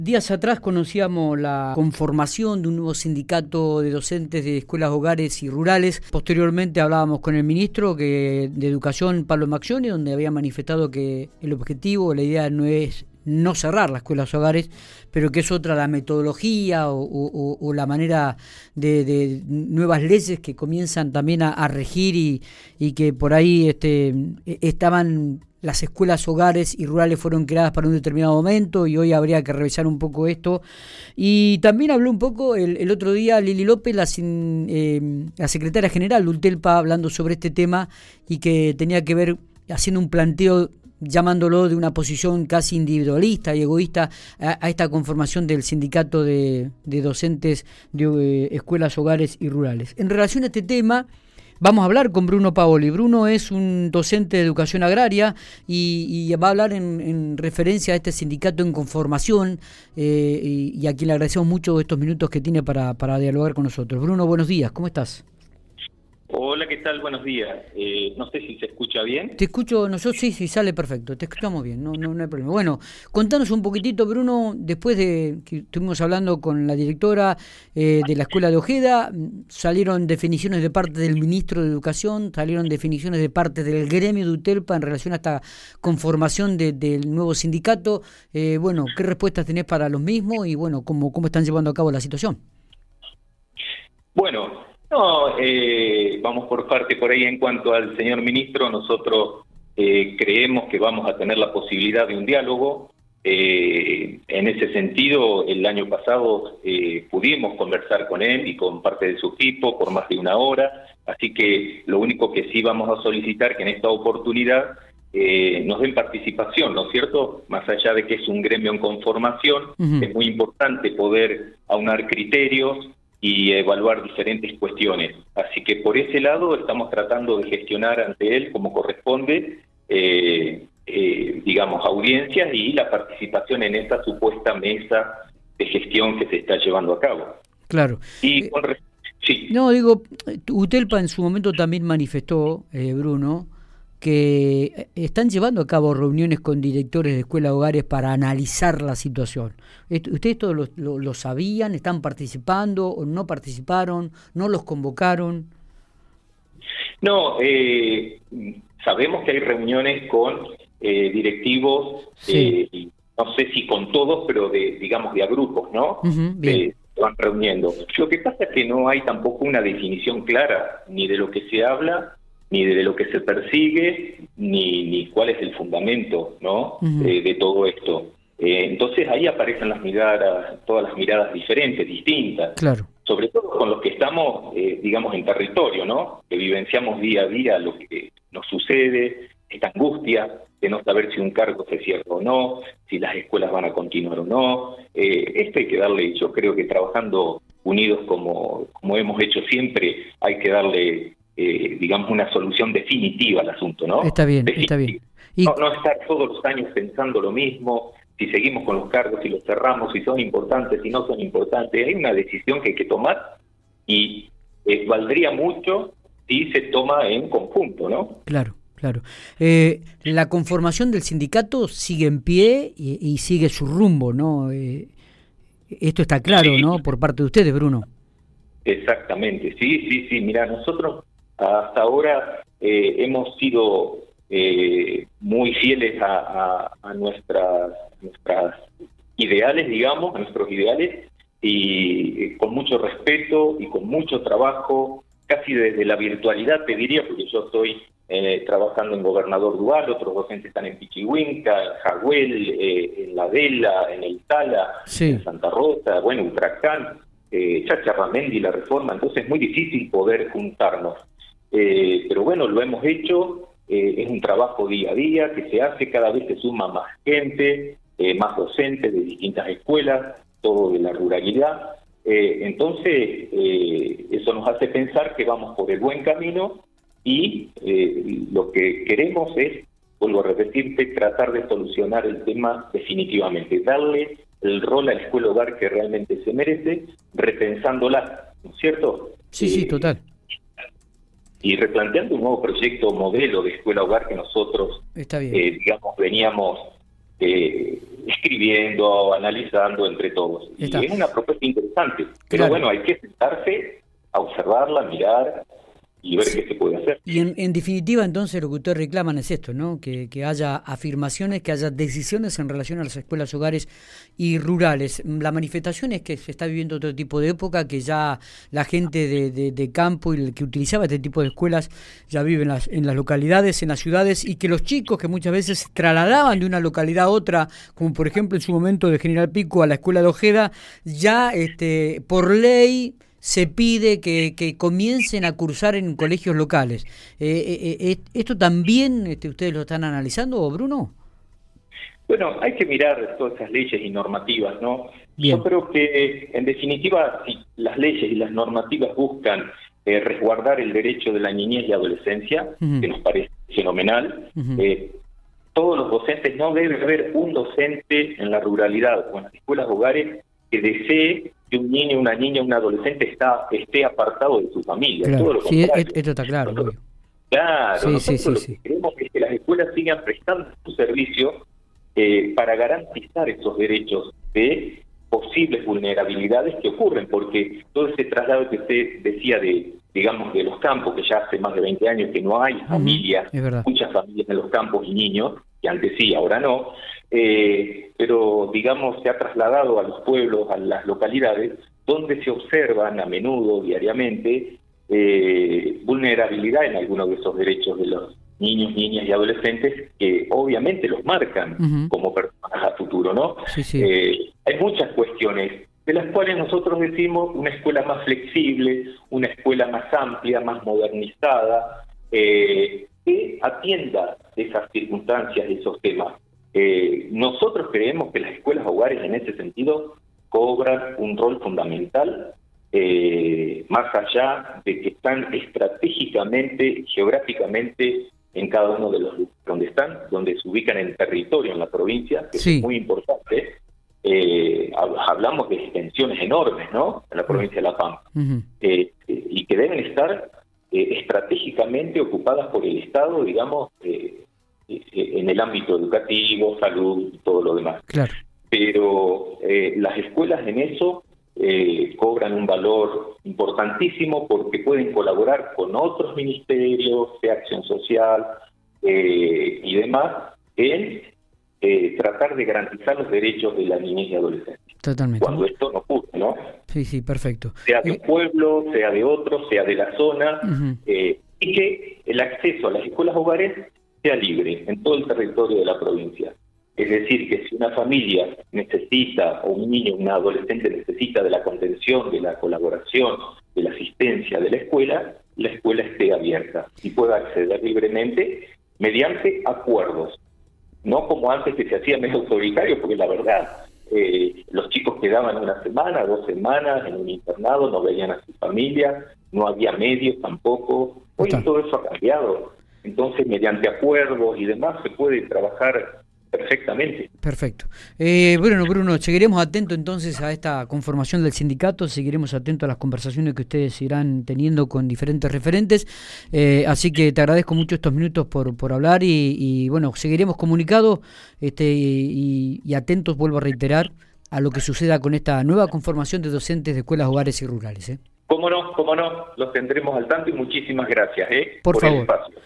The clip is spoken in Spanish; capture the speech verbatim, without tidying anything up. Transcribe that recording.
Días atrás conocíamos la conformación de un nuevo sindicato de docentes de escuelas, hogares y rurales. Posteriormente hablábamos con el ministro que, de Educación, Pablo Maccioni, donde había manifestado que el objetivo, la idea no es no cerrar las escuelas hogares, pero que es otra la metodología o, o, o la manera de, de nuevas leyes que comienzan también a, a regir y, y que por ahí este, estaban... Las escuelas, hogares y rurales fueron creadas para un determinado momento y hoy habría que revisar un poco esto. Y también habló un poco el, el otro día Lili López, la, eh, la secretaria general de UTELPA, hablando sobre este tema y que tenía que ver, haciendo un planteo, llamándolo de una posición casi individualista y egoísta a, a esta conformación del sindicato de, de docentes de eh, escuelas, hogares y rurales. En relación a este tema, vamos a hablar con Bruno Paoli. Bruno es un docente de educación agraria y, y va a hablar en, en referencia a este sindicato en conformación eh, y, y a quien le agradecemos mucho estos minutos que tiene para, para dialogar con nosotros. Bruno, buenos días, ¿cómo estás? Hola, ¿qué tal? Buenos días. Eh, no sé si se escucha bien. Te escucho, no, yo sí, sí, sale perfecto, te escuchamos bien, no, no, no hay problema. Bueno, contanos un poquitito, Bruno, después de que estuvimos hablando con la directora eh, de la Escuela de Ojeda, salieron definiciones de parte del ministro de Educación, salieron definiciones de parte del gremio de UTELPA en relación a esta conformación de, del nuevo sindicato. Eh, bueno, ¿qué respuestas tenés para los mismos y bueno, cómo, cómo están llevando a cabo la situación? Bueno, no, eh, vamos por parte por ahí en cuanto al señor ministro. Nosotros eh, creemos que vamos a tener la posibilidad de un diálogo. Eh, en ese sentido, el año pasado eh, pudimos conversar con él y con parte de su equipo por más de una hora, así que lo único que sí vamos a solicitar que en esta oportunidad eh, nos den participación, ¿no es cierto? Más allá de que es un gremio en conformación, uh-huh. Es muy importante poder aunar criterios y evaluar diferentes cuestiones. Así que por ese lado estamos tratando de gestionar ante él como corresponde, eh, eh, digamos, audiencias y la participación en esta supuesta mesa de gestión que se está llevando a cabo. Claro. Y con re- sí. No, digo, UTELPA en su momento también manifestó, eh, Bruno, que están llevando a cabo reuniones con directores de escuelas, hogares para analizar la situación. ¿Ustedes todos lo, lo, lo sabían? ¿Están participando o no participaron? ¿No los convocaron? No, eh, sabemos que hay reuniones con eh, directivos, sí. eh, no sé si con todos, pero de digamos de a grupos, ¿no? Uh-huh, bien. Eh, se van reuniendo. Lo que pasa es que no hay tampoco una definición clara ni de lo que se habla, ni de lo que se persigue, ni, ni cuál es el fundamento, ¿no? Uh-huh. eh, de todo esto. Eh, entonces ahí aparecen las miradas, todas las miradas diferentes, distintas. Claro. Sobre todo con los que estamos, eh, digamos, en territorio, ¿no? Que vivenciamos día a día lo que nos sucede, esta angustia de no saber si un cargo se cierra o no, si las escuelas van a continuar o no. Eh, esto hay que darle, yo creo que trabajando unidos como, como hemos hecho siempre, hay que darle... Eh, digamos, una solución definitiva al asunto, ¿no? Está bien, Definitiva. está bien. Y... No, no estar todos los años pensando lo mismo, si seguimos con los cargos, si los cerramos, si son importantes, si no son importantes. Hay una decisión que hay que tomar y eh, valdría mucho si se toma en conjunto, ¿no? Claro, claro. Eh, la conformación del sindicato sigue en pie y, y sigue su rumbo, ¿no? Eh, esto está claro, sí. ¿No? Por parte de ustedes, Bruno. Exactamente, sí, sí, sí. Mira, nosotros hasta ahora eh, hemos sido eh, muy fieles a, a, a nuestras, nuestras ideales, digamos, a nuestros ideales, y eh, con mucho respeto y con mucho trabajo, casi desde la virtualidad, te diría, porque yo estoy eh, trabajando en Gobernador Duval, otros docentes están en Pichihuinca, en Jagüel, eh, en La Vela, en El Tala, sí. En Santa Rosa, bueno, Utracán, eh, Chacharramendi, La Reforma, entonces es muy difícil poder juntarnos. Eh, pero bueno, lo hemos hecho, eh, es un trabajo día a día que se hace, cada vez se suma más gente, eh, más docentes de distintas escuelas, todo de la ruralidad, eh, entonces eh, eso nos hace pensar que vamos por el buen camino y eh, lo que queremos es, vuelvo a repetirte, tratar de solucionar el tema definitivamente, darle el rol a la escuela hogar que realmente se merece, repensándola, ¿no es cierto? Sí, eh, sí, total. Y replanteando un nuevo proyecto modelo de escuela hogar que nosotros, Está bien. Eh, digamos, veníamos eh, escribiendo, analizando entre todos. Y Está. es una propuesta interesante, pero Claro. bueno, hay que sentarse a observarla, mirar y ver Sí. qué se puede hacer. Y en, en definitiva, entonces, lo que ustedes reclaman es esto, ¿no? Que, que haya afirmaciones, que haya decisiones en relación a las escuelas, hogares y rurales. La manifestación es que se está viviendo otro tipo de época, que ya la gente de, de, de campo y el que utilizaba este tipo de escuelas ya vive en las, en las localidades, en las ciudades, y que los chicos que muchas veces se trasladaban de una localidad a otra, como por ejemplo en su momento de General Pico a la escuela de Ojeda, ya este, por ley se pide que, que comiencen a cursar en colegios locales. Eh, eh, eh, ¿Esto también este, ustedes lo están analizando, Bruno? Bueno, hay que mirar todas esas leyes y normativas, ¿no? Bien. Yo creo que, en definitiva, si las leyes y las normativas buscan eh, resguardar el derecho de la niñez y adolescencia, Uh-huh. que nos parece fenomenal, Uh-huh. eh, todos los docentes, no debe haber un docente en la ruralidad o en las escuelas hogares que desee que un niño, una niña, un adolescente está, esté apartado de su familia. Claro. Todo lo Sí, contrario. esto está claro. Nosotros, Obvio. claro, Sí, nosotros sí, sí, lo sí. que queremos es que las escuelas sigan prestando su servicio eh, para garantizar esos derechos de posibles vulnerabilidades que ocurren, porque todo ese traslado que usted decía de, digamos, de los campos, que ya hace más de veinte años que no hay familias, es verdad. muchas familias en los campos y niños, que antes sí, ahora no, eh, pero digamos se ha trasladado a los pueblos, a las localidades, donde se observan a menudo, diariamente, eh, vulnerabilidad en algunos de esos derechos de los niños, niñas y adolescentes, que obviamente los marcan Uh-huh. como personas a futuro, ¿no? Sí, sí. Eh, hay muchas cuestiones de las cuales nosotros decimos una escuela más flexible, una escuela más amplia, más modernizada, eh, que atienda esas circunstancias, esos temas. Eh, nosotros creemos que las escuelas hogares en ese sentido cobran un rol fundamental, eh, más allá de que están estratégicamente, geográficamente en cada uno de los lugares donde están, donde se ubican en territorio en la provincia, que Sí. es muy importante. Eh, hablamos de extensiones enormes, ¿no?, en la provincia de La Pampa, Uh-huh. eh, eh, y que deben estar eh, estratégicamente ocupadas por el Estado, digamos, eh, eh, en el ámbito educativo, salud y todo lo demás. Claro. Pero eh, las escuelas en eso eh, cobran un valor importantísimo porque pueden colaborar con otros ministerios, sea Acción Social eh, y demás, en eh, tratar de garantizar los derechos de la niñez y adolescencia. Totalmente. Cuando esto no ocurre, ¿no? Sí, sí, perfecto. Sea de un Eh, pueblo, sea de otro, sea de la zona, Uh-huh. eh, y que el acceso a las escuelas hogares sea libre en todo el territorio de la provincia. Es decir, que si una familia necesita, o un niño, una adolescente necesita de la contención, de la colaboración, de la asistencia de la escuela, la escuela esté abierta y pueda acceder libremente mediante acuerdos. No como antes, que se hacía medio autoritario, porque la verdad, eh, los chicos quedaban una semana, dos semanas en un internado, no veían a su familia, no había medios tampoco. Hoy Está. todo eso ha cambiado. Entonces, mediante acuerdos y demás, se puede trabajar perfectamente. Perfecto. Eh, bueno, Bruno, seguiremos atentos entonces a esta conformación del sindicato, seguiremos atentos a las conversaciones que ustedes irán teniendo con diferentes referentes, eh, así que te agradezco mucho estos minutos por, por hablar y, y bueno, seguiremos comunicados este, y, y atentos, vuelvo a reiterar, a lo que suceda con esta nueva conformación de docentes de escuelas, hogares y rurales. ¿eh? Cómo no, cómo no, los tendremos al tanto y muchísimas gracias, ¿eh? Por, por favor. el espacio.